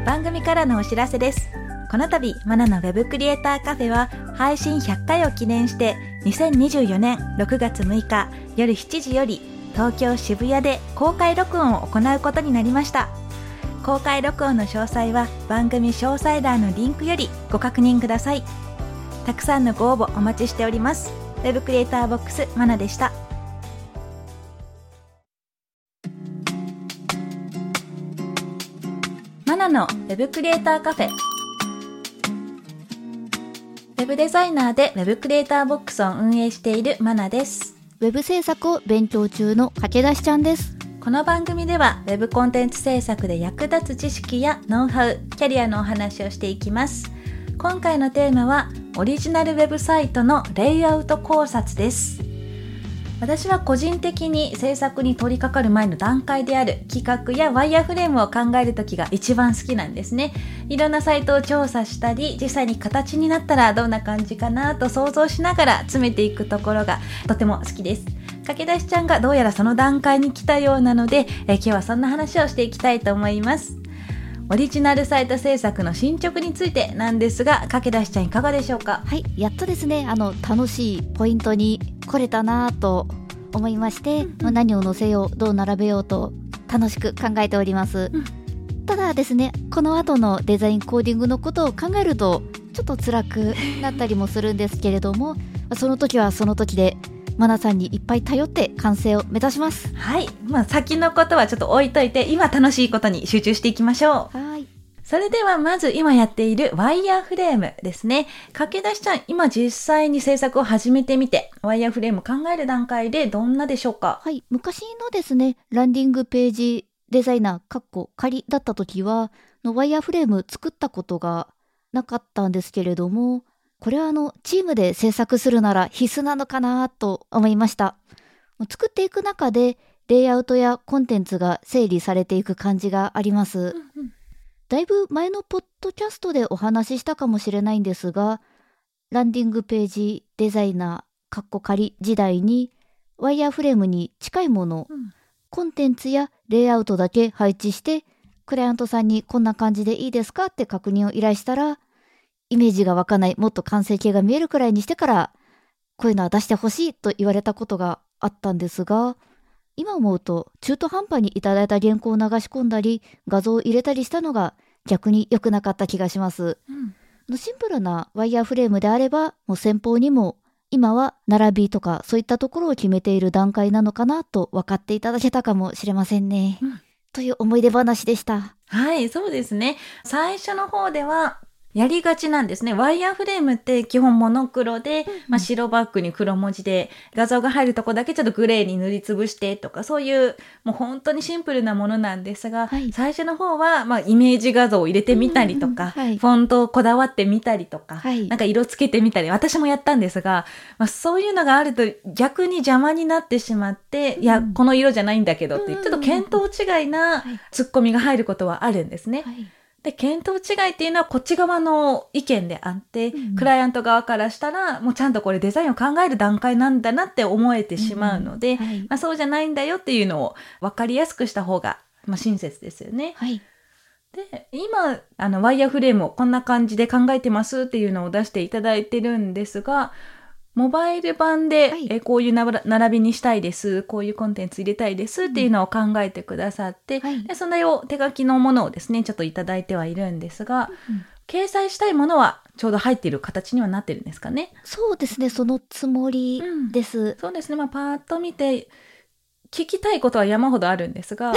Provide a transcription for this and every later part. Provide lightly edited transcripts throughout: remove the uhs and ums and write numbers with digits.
番組からのお知らせです。この度マナのウェブクリエイターカフェは配信100回を記念して2024年6月6日夜7時より東京渋谷で公開録音を行うことになりました。公開録音の詳細は番組詳細欄のリンクよりご確認ください。たくさんのご応募お待ちしております。ウェブクリエイターボックスマナでした。マナのウェブクリエイターカフェ。ウェブデザイナーでウェブクリエイターボックスを運営しているマナです。 ウェブ制作を勉強中の駆け出しちゃんです。 この番組ではウェブコンテンツ制作で役立つ知識やノウハウ、キャリアのお話をしていきます。今回のテーマはオリジナルウェブサイトのレイアウト考察です。私は個人的に制作に取り掛かる前の段階である企画やワイヤーフレームを考える時が一番好きなんですね。いろんなサイトを調査したり、実際に形になったらどんな感じかなと想像しながら詰めていくところがとても好きです。駆け出しちゃんがどうやらその段階に来たようなので、今日はそんな話をしていきたいと思います。オリジナルサイト制作の進捗についてなんですが、駆け出しちゃんいかがでしょうか？ はい、やっとですね、楽しいポイントに来れたなと思いまして、何を載せよう、どう並べようと楽しく考えております。ただですね、この後のデザインコーディングのことを考えるとちょっと辛くなったりもするんですけれども、その時はその時でマナさんにいっぱい頼って完成を目指します。 はい、先のことはちょっと置いといて、今楽しいことに集中していきましょう。 はい。 それではまず今やっているワイヤーフレームですね。駆け出しちゃん、今実際に制作を始めてみて、ワイヤーフレーム考える段階でどんなでしょうか？ はい、昔のですね、ランディングページデザイナー仮だった時はワイヤーフレーム作ったことがなかったんですけれども、これはチームで制作するなら必須なのかなと思いました。作っていく中でレイアウトやコンテンツが整理されていく感じがあります。だいぶ前のポッドキャストでお話ししたかもしれないんですが、ランディングページデザイナー仮時代にワイヤーフレームに近いもの、コンテンツやレイアウトだけ配置してクライアントさんにこんな感じでいいですかって確認を依頼したら、イメージが湧かない、もっと完成形が見えるくらいにしてからこういうのは出してほしいと言われたことがあったんですが、今思うと中途半端にいただいた原稿を流し込んだり画像を入れたりしたのが逆に良くなかった気がします。シンプルなワイヤーフレームであれば、もう先方にも今は並びとかそういったところを決めている段階なのかなと分かっていただけたかもしれませんね。という思い出話でした。 はい、そうですね。最初の方ではやりがちなんですね。ワイヤーフレームって基本モノクロで、白バックに黒文字で画像が入るとこだけちょっとグレーに塗りつぶしてとか、そういうもう本当にシンプルなものなんですが、最初の方はイメージ画像を入れてみたりとか、フォントをこだわってみたりとか、なんか色つけてみたり、私もやったんですが、そういうのがあると逆に邪魔になってしまって、いやこの色じゃないんだけどってちょっと見当違いなツッコミが入ることはあるんですね。で、見当違いっていうのはこっち側の意見であって、クライアント側からしたらもうちゃんとこれデザインを考える段階なんだなって思えてしまうので、そうじゃないんだよっていうのを分かりやすくした方が、親切ですよね。で、今ワイヤーフレームをこんな感じで考えてますっていうのを出していただいてるんですが、モバイル版で、こういう並びにしたいです、こういうコンテンツ入れたいですっていうのを考えてくださって、でそれを手書きのものをですねちょっといただいてはいるんですが、掲載したいものはちょうど入っている形にはなってるんですかね？ そうですね、そのつもりです。 そうですね、パーッと見て聞きたいことは山ほどあるんですが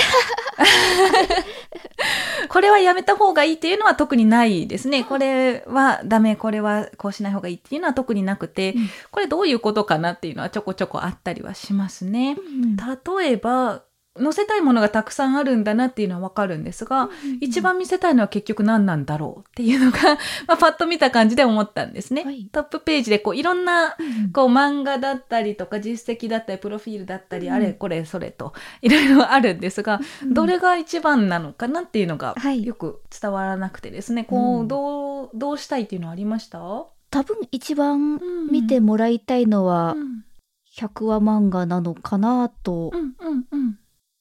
これはやめた方がいいっていうのは特にないですね。これはダメ、これはこうしない方がいいっていうのは特になくて、これどういうことかなっていうのはちょこちょこあったりはしますね。例えば載せたいものがたくさんあるんだなっていうのはわかるんですが、一番見せたいのは結局何なんだろうっていうのがパッと見た感じで思ったんですね。トップページでいろんな漫画だったりとか実績だったりプロフィールだったり、あれこれそれといろいろあるんですが、どれが一番なのかなっていうのがよく伝わらなくてですね、どうしたいっていうのはありました？ 多分一番見てもらいたいのは100話漫画なのかなと思っ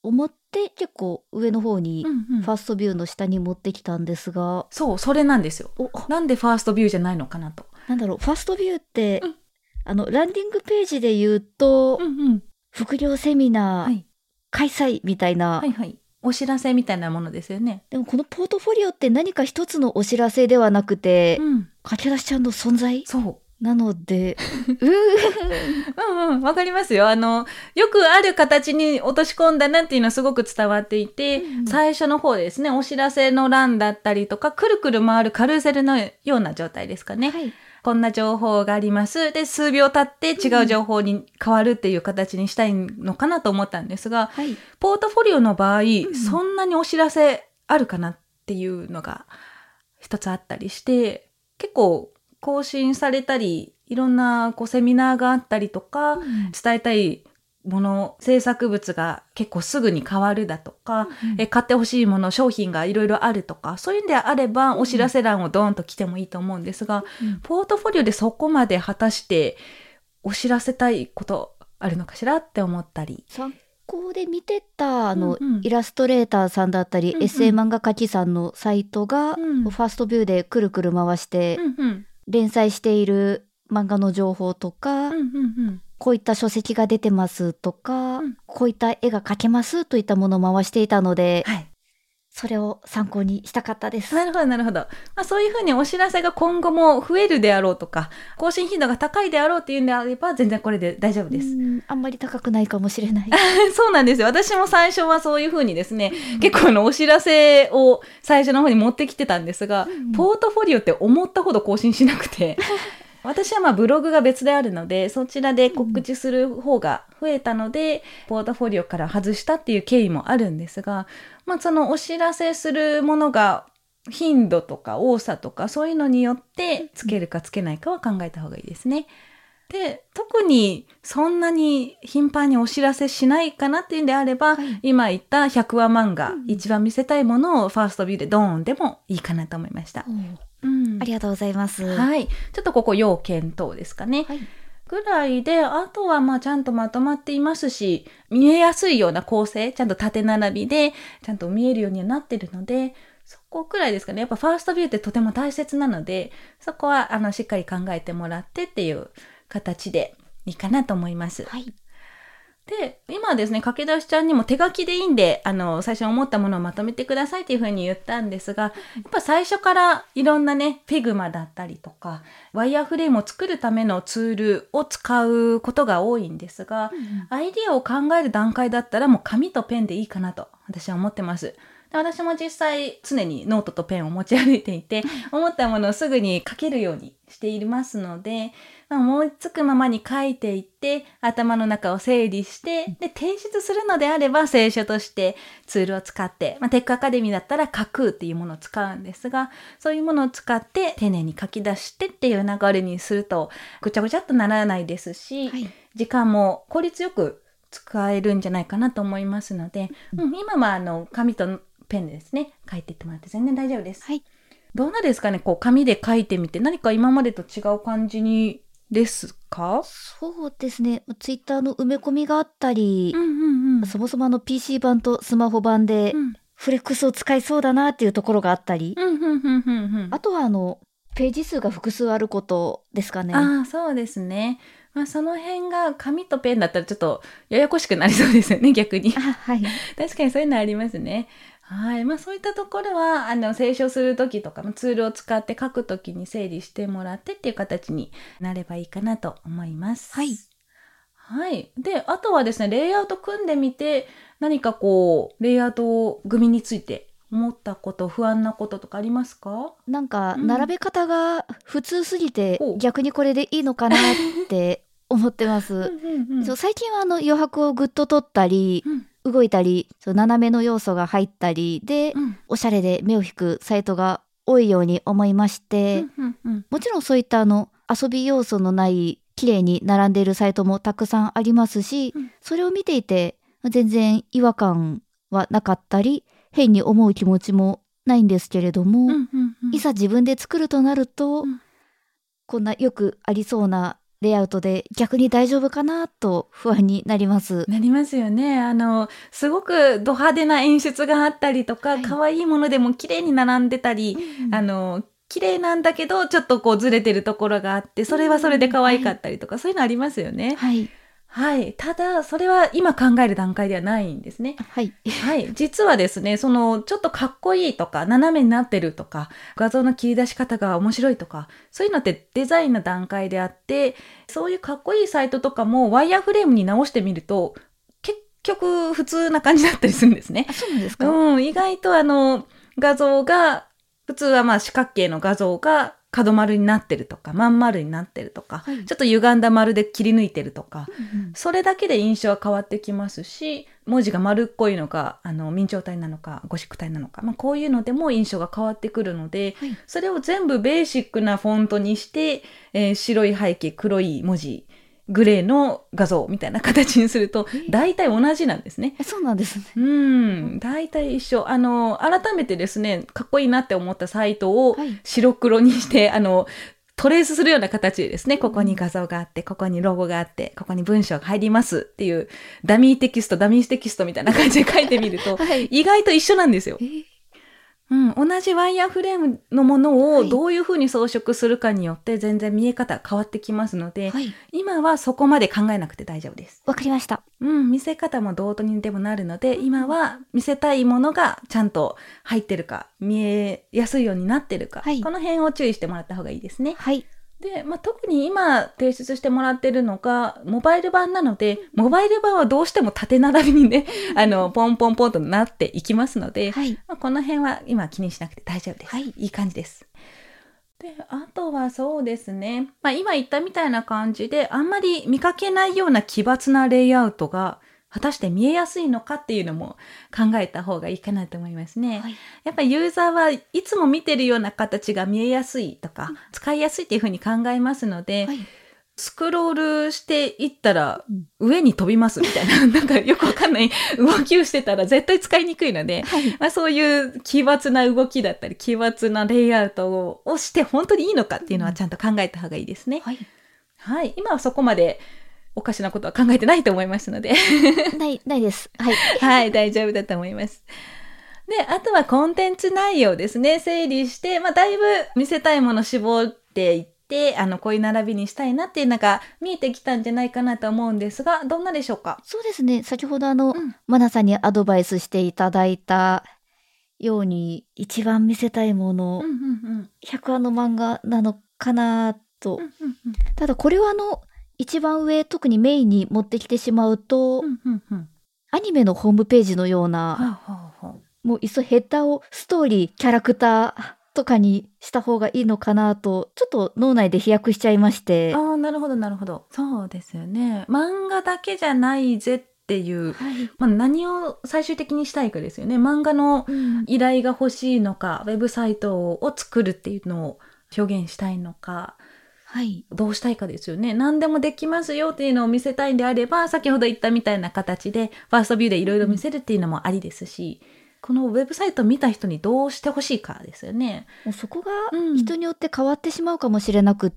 で結構上の方にうんうんファーストビューの下に持ってきたんですが、 そう、それなんですよ。 お、 なんでファーストビューじゃないのかなと。 なんだろう、ファーストビューって、 うんランディングページで言うと、 うんうん。 副業セミナーはい。 開催みたいな、 はいはい。お知らせみたいなものですよね。 でもこのポートフォリオって何か一つのお知らせではなくて、 うん。 駆け出しちゃんの存在そう。 なので、 うんうん、わかりますよ。よくある形に落とし込んだなっていうのはすごく伝わっていて、 うんうん最初の方ですね、お知らせの欄だったりとか、くるくる回るカルーセルのような状態ですかね。 はい。 こんな情報があります。で、数秒経って違う情報に変わるっていう形にしたいのかなと思ったんですが、 はい。 ポートフォリオの場合、 んそんなにお知らせあるかなっていうのが一つあったりして、結構更新されたり、いろんなセミナーがあったりとか、 うん伝えたいもの、制作物が結構すぐに変わるだとか、 うん買ってほしいもの、商品がいろいろあるとか、そういうんであれば、お知らせ欄をドーンと来てもいいと思うんですが、 うんポートフォリオでそこまで果たしてお知らせたいことあるのかしらって思ったり。 参考で見てたうんうんイラストレーターさんだったり、 うんうんエッセイ漫画家さんのサイトが、 うんファーストビューでくるくる回してうんうん連載している漫画の情報とか、 うんうんうんこういった書籍が出てますとか、 うんこういった絵が描けますといったものを回していたので、 はい。 それを参考にしたかったです。 なるほど、なるほど。そういうふうにお知らせが今後も増えるであろうとか、更新頻度が高いであろうっていうんであれば、全然これで大丈夫です。 あんまり高くないかもしれない。 そうなんですよ。私も最初はそういうふうにですね、結構お知らせを最初の方に持ってきてたんですが、ポートフォリオって思ったほど更新しなくて、私はブログが別であるので、そちらで告知する方が増えたので、ポートフォリオから外したっていう経緯もあるんですが、そのお知らせするものが頻度とか多さとかそういうのによってつけるかつけないかは考えた方がいいですね。で、特にそんなに頻繁にお知らせしないかなっていうんであれば、今言った100話漫画、一番見せたいものをファーストビューでドーンでもいいかなと思いました。 ありがとうございます。 はい。ちょっとここ要検討ですかね。 はいぐらいで、あとはちゃんとまとまっていますし、見えやすいような構成、ちゃんと縦並びで、ちゃんと見えるようにはなってるので、そこくらいですかね。やっぱファーストビューってとても大切なので、そこはしっかり考えてもらってっていう形でいいかなと思います。 はい。 で、今ですね、駆け出しちゃんにも手書きでいいんで、最初に思ったものをまとめてくださいっていうふうに言ったんですが、やっぱ最初からいろんなね、フィグマだったりとか、ワイヤーフレームを作るためのツールを使うことが多いんですが、アイディアを考える段階だったらもう紙とペンでいいかなと私は思ってます。で、私も実際常にノートとペンを持ち歩いていて、思ったものをすぐに書けるようにしていますので、思いつくままに書いていって、頭の中を整理して、で、提出するのであれば、聖書としてツールを使って、テックアカデミーだったら書くっていうものを使うんですが、そういうものを使って丁寧に書き出してっていう流れにすると、ぐちゃぐちゃっとならないですし、時間も効率よく使えるんじゃないかなと思いますので、今は紙とペンでですね、書いていってもらって全然大丈夫です。 はい。 どうなんですかね、紙で書いてみて何か今までと違う感じにですか？ そうですね。ツイッターの埋め込みがあったり、 うんそもそもPC 版とスマホ版でフレックスを使いそうだなっていうところがあったり、あとはページ数が複数あることですかね。 ああ、そうですね。その辺が紙とペンだったらちょっとややこしくなりそうですよね、逆に。 はい。 確かにそういうのありますね。はい。そういったところは、清書するときとか、ツールを使って書くときに整理してもらってっていう形になればいいかなと思います。 はい。 はい。で、あとはですね、レイアウト組んでみて、何かレイアウト組について思ったこと、不安なこととかありますか？ なんか、並べ方が普通すぎて、 お逆にこれでいいのかなって思ってます。最近は余白をぐっと取ったり、動いたり、斜めの要素が入ったりで、おしゃれで目を引くサイトが多いように思いまして、もちろんそういった遊び要素のない綺麗に並んでいるサイトもたくさんありますし、それを見ていて全然違和感はなかったり、変に思う気持ちもないんですけれども、いざ自分で作るとなると、こんなよくありそうなレイアウトで逆に大丈夫かなと不安になります。 なりますよね。すごくド派手な演出があったりとか、可愛いものでも綺麗に並んでたり、綺麗なんだけどちょっとこうずれてるところがあって、それはそれで可愛かったりとか、そういうのありますよね。 はい。 はい。ただ、それは今考える段階ではないんですね。 はい。 はい。実はですね、ちょっとかっこいいとか、斜めになってるとか、画像の切り出し方が面白いとか、そういうのってデザインの段階であって、そういうかっこいいサイトとかもワイヤーフレームに直してみると、結局普通な感じだったりするんですね。 あ、そうなんですか？ 意外と画像が、普通はまあ四角形の画像が角丸になってるとか、まん丸になってるとか、ちょっと歪んだ丸で切り抜いてるとか、それだけで印象は変わってきますし、文字が丸っこいのか、明朝体なのか、ゴシック体なのか、こういうのでも印象が変わってくるので、それを全部ベーシックなフォントにして、白い背景、黒い文字、グレーの画像みたいな形にすると、大体同じなんですね。 そうなんですね。 大体一緒。改めてですね、かっこいいなって思ったサイトを白黒にして、トレースするような形でですね、ここに画像があって、ここにロゴがあって、ここに文章が入りますっていう、ダミーテキストみたいな感じで書いてみると、意外と一緒なんですよ。同じワイヤーフレームのものをどういうふうに装飾するかによって全然見え方変わってきますので、今はそこまで考えなくて大丈夫です。 わかりました。 見せ方もどうとにでもなるので、今は見せたいものがちゃんと入ってるか、見えやすいようになってるか、この辺を注意してもらった方がいいですね。 はい。 で、特に今提出してもらってるのがモバイル版なので、モバイル版はどうしても縦並びにね、ポンポンポンとなっていきますので、この辺は今気にしなくて大丈夫です。いい感じです。で、あとはそうですね。今言ったみたいな感じで、あんまり見かけないような奇抜なレイアウトが、果たして見えやすいのかっていうのも考えた方がいいかなと思いますね。やっぱりユーザーはいつも見てるような形が見えやすいとか、使いやすいっていうふうに考えますので、スクロールしていったら上に飛びますみたいな、なんかよくわかんない動きをしてたら絶対使いにくいので、そういう奇抜な動きだったり、奇抜なレイアウトをして本当にいいのかっていうのはちゃんと考えた方がいいですね。今はそこまでおかしなことは考えてないと思いますのでないです。 大丈夫だと思います。で、あとはコンテンツ内容ですね。整理して、だいぶ見せたいもの絞っていって、こういう並びにしたいなっていうのが見えてきたんじゃないかなと思うんですが、どんなでしょうか？ そうですね。先ほどマナさんにアドバイスしていただいたように、一番見せたいもの、100話の漫画なのかなと。ただこれは一番上、特にメインに持ってきてしまうと、アニメのホームページのような、もういっそヘッダーをストーリー、キャラクターとかにした方がいいのかなと、ちょっと脳内で飛躍しちゃいまして。 なるほど、なるほど。そうですよね。漫画だけじゃないぜっていう、何を最終的にしたいかですよね。漫画の依頼が欲しいのか、ウェブサイトを作るっていうのを表現したいのか、どうしたいかですよね。何でもできますよっていうのを見せたいんであれば、先ほど言ったみたいな形でファーストビューでいろいろ見せるっていうのもありですし、このウェブサイトを見た人にどうしてほしいかですよね。 もうそこが人によって変わってしまうかもしれなくって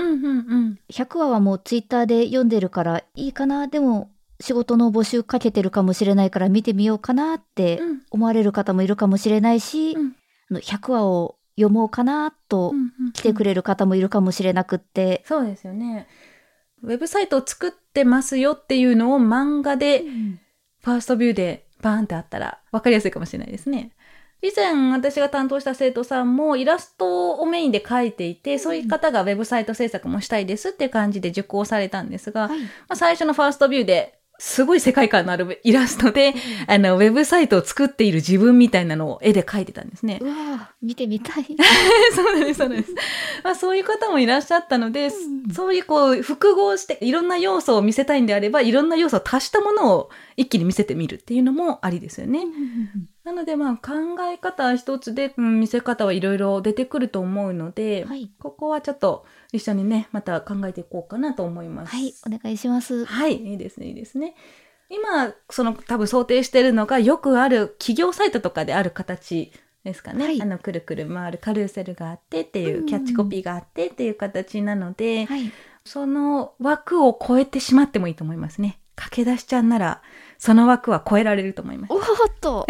、100話はもうツイッターで読んでるからいいかな、でも仕事の募集かけてるかもしれないから見てみようかなって思われる方もいるかもしれないし、100話を読もうかなと来てくれる方もいるかもしれなくって、 そうですよね。ウェブサイトを作ってますよっていうのを漫画でファーストビューでバーンってあったら分かりやすいかもしれないですね。以前私が担当した生徒さんもイラストをメインで描いていて、そういう方がウェブサイト制作もしたいですっていう感じで受講されたんですが、最初のファーストビューですごい世界観のあるイラストで、ウェブサイトを作っている自分みたいなのを絵で描いてたんですね。 うわ、見てみたい。 そうなんです、そうなんです。そういう方もいらっしゃったので、そういう複合していろんな要素を見せたいんであれば、いろんな要素を足したものを一気に見せてみるっていうのもありですよね。なので考え方一つで、見せ方はいろいろ出てくると思うので、ここはちょっと一緒にね、また考えていこうかなと思います。 お願いします。 いいですね、いいですね。今、多分想定しているのがよくある企業サイトとかである形ですかね。くるくる回るカルーセルがあってっていう、キャッチコピーがあってっていう形なので、 その枠を超えてしまってもいいと思いますね。駆け出しちゃんならその枠は超えられると思います。 おーっと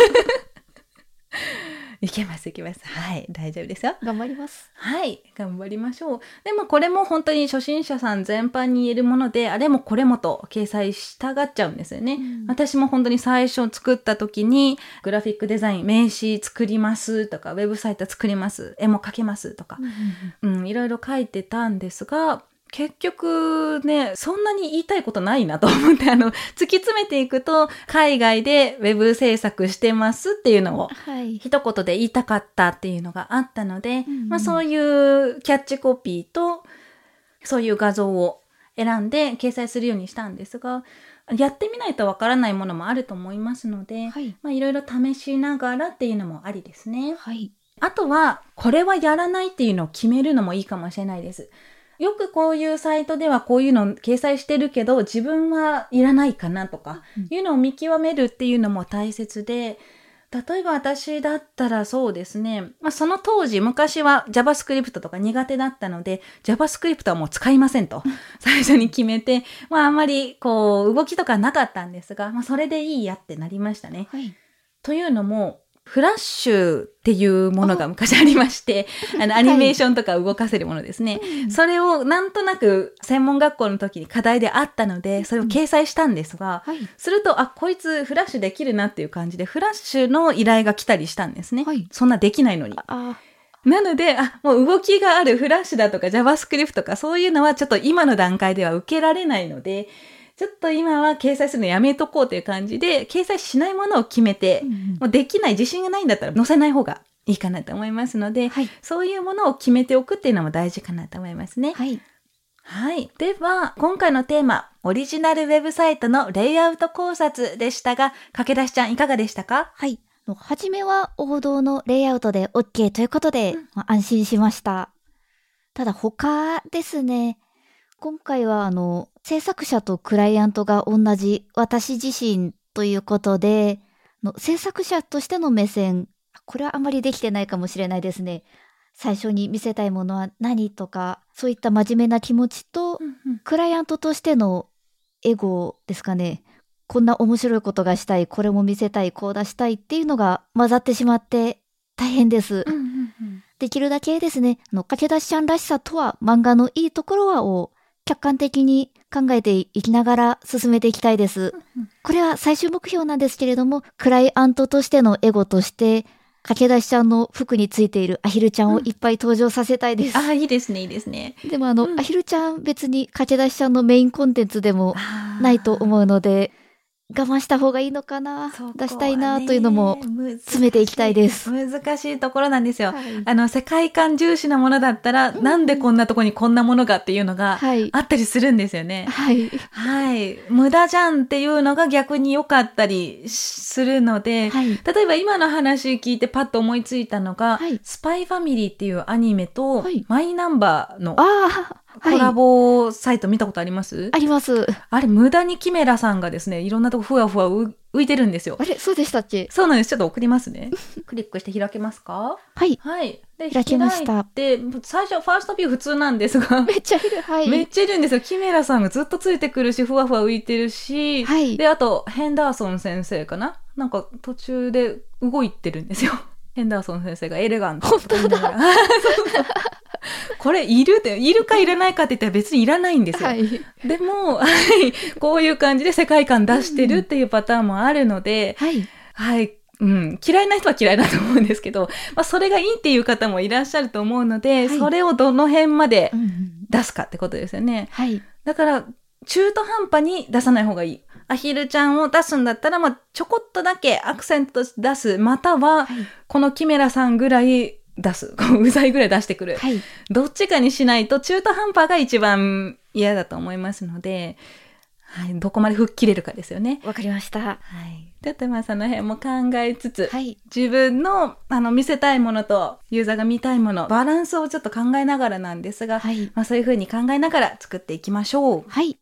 いけますいけます。はい、大丈夫ですよ。 頑張ります。 はい、頑張りましょう。でもこれも本当に初心者さん全般に言えるもので、あれもこれもと掲載したがっちゃうんですよね。私も本当に最初作った時にグラフィックデザイン、名刺作りますとか、ウェブサイト作ります、絵も描けますとか、いろいろ書いてたんですが、結局ね、そんなに言いたいことないなと思って、突き詰めていくと、海外でウェブ制作してますっていうのを、一言で言いたかったっていうのがあったので、そういうキャッチコピーと、そういう画像を選んで掲載するようにしたんですが、やってみないとわからないものもあると思いますので、いろいろ試しながらっていうのもありですね。あとは、これはやらないっていうのを決めるのもいいかもしれないです。よくこういうサイトではこういうのを掲載してるけど自分はいらないかなとかいうのを見極めるっていうのも大切で、例えば私だったらそうですね、その当時昔は JavaScript とか苦手だったので JavaScript はもう使いませんと最初に決めて、あんまりこう動きとかなかったんですが、それでいいやってなりましたね。というのもフラッシュっていうものが昔ありまして、アニメーションとか動かせるものですね。それをなんとなく専門学校の時に課題であったので、それを掲載したんですが、すると、こいつフラッシュできるなっていう感じで、フラッシュの依頼が来たりしたんですね。そんなできないのに。なので、もう動きがあるフラッシュだとか JavaScript とかそういうのはちょっと今の段階では受けられないので、ちょっと今は掲載するのやめとこうという感じで、掲載しないものを決めて、もうできない、自信がないんだったら載せない方がいいかなと思いますので、そういうものを決めておくっていうのも大事かなと思いますね。では、今回のテーマ、オリジナルウェブサイトのレイアウト考察でしたが、駆け出しちゃんいかがでしたか？ はじめは王道のレイアウトで OK ということで、安心しました。ただ他ですね、今回は制作者とクライアントが同じ私自身ということで、制作者としての目線、これはあまりできてないかもしれないですね。最初に見せたいものは何とか、そういった真面目な気持ちと、クライアントとしてのエゴですかね。こんな面白いことがしたい、これも見せたい、こう出したいっていうのが混ざってしまって大変です。できるだけですね、駆け出しちゃんらしさとは漫画のいいところはを客観的に考えていきながら進めていきたいです。これは最終目標なんですけれども、クライアントとしてのエゴとして、駆け出しちゃんの服についているアヒルちゃんをいっぱい登場させたいです。 いいですね、いいですね。 でもアヒルちゃん別に駆け出しちゃんのメインコンテンツでもないと思うので、我慢した方がいいのかな、出したいなというのも詰めていきたいです。 難しいところなんですよ。世界観重視なものだったら、なんでこんなとこにこんなものがっていうのがあったりするんですよね。無駄じゃんっていうのが逆に良かったりするので、例えば今の話聞いてパッと思いついたのが、スパイファミリーっていうアニメと、マイナンバーのコラボサイト見たことあります？ あります。 あれ無駄にキメラさんがですね、いろんなとこふわふわ浮いてるんですよ。 あれ、そうでしたっけ？ そうなんです。ちょっと送りますね。クリックして開けますか？で、 開けました。 で、最初ファーストビュー普通なんですが、 めっちゃいる。 めっちゃいるんですよ。キメラさんがずっとついてくるし、ふわふわ浮いてるし、で、あとヘンダーソン先生かな？なんか途中で動いてるんですよ。ヘンダーソン先生がエレガント。 本当だ。 これいるかいらないかって言ったら別にいらないんですよ。でも、こういう感じで世界観出してるっていうパターンもあるので、嫌いな人は嫌いだと思うんですけど、それがいいっていう方もいらっしゃると思うので、それをどの辺まで出すかってことですよね。だから中途半端に出さない方がいい。アヒルちゃんを出すんだったら、ちょこっとだけアクセント出す。または、このキメラさんぐらい出す。うざいぐらい出してくる。どっちかにしないと中途半端が一番嫌だと思いますので、どこまで吹っ切れるかですよね。 わかりました。 ちょっとその辺も考えつつ、自分の見せたいものとユーザーが見たいもの、バランスをちょっと考えながらなんですが、そういう風に考えながら作っていきましょう。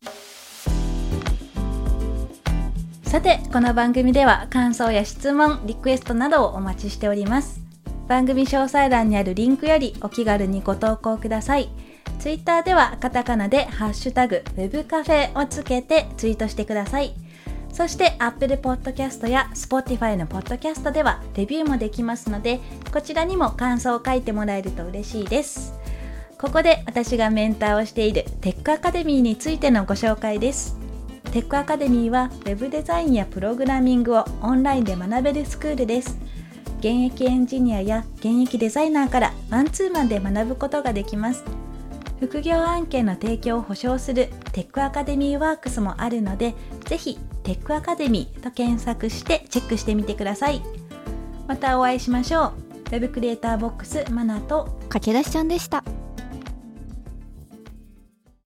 さて、この番組では感想や質問、リクエストなどをお待ちしております。番組詳細欄にあるリンクよりお気軽にご投稿ください。 ツイッターではカタカナでハッシュタグウェブカフェをつけてツイートしてください。そして Apple Podcast や Spotify のポッドキャストではレビューもできますので、こちらにも感想を書いてもらえると嬉しいです。ここで私がメンターをしているテックアカデミーについてのご紹介です。テックアカデミーは Web デザインやプログラミングをオンラインで学べるスクールです。現役エンジニアや現役デザイナーからマンツーマンで学ぶことができます。副業案件の提供を保証するテックアカデミーワークスもあるので、ぜひテックアカデミーと検索してチェックしてみてください。またお会いしましょう。ウェブクリエイターボックスマナと駆け出しちゃんでした。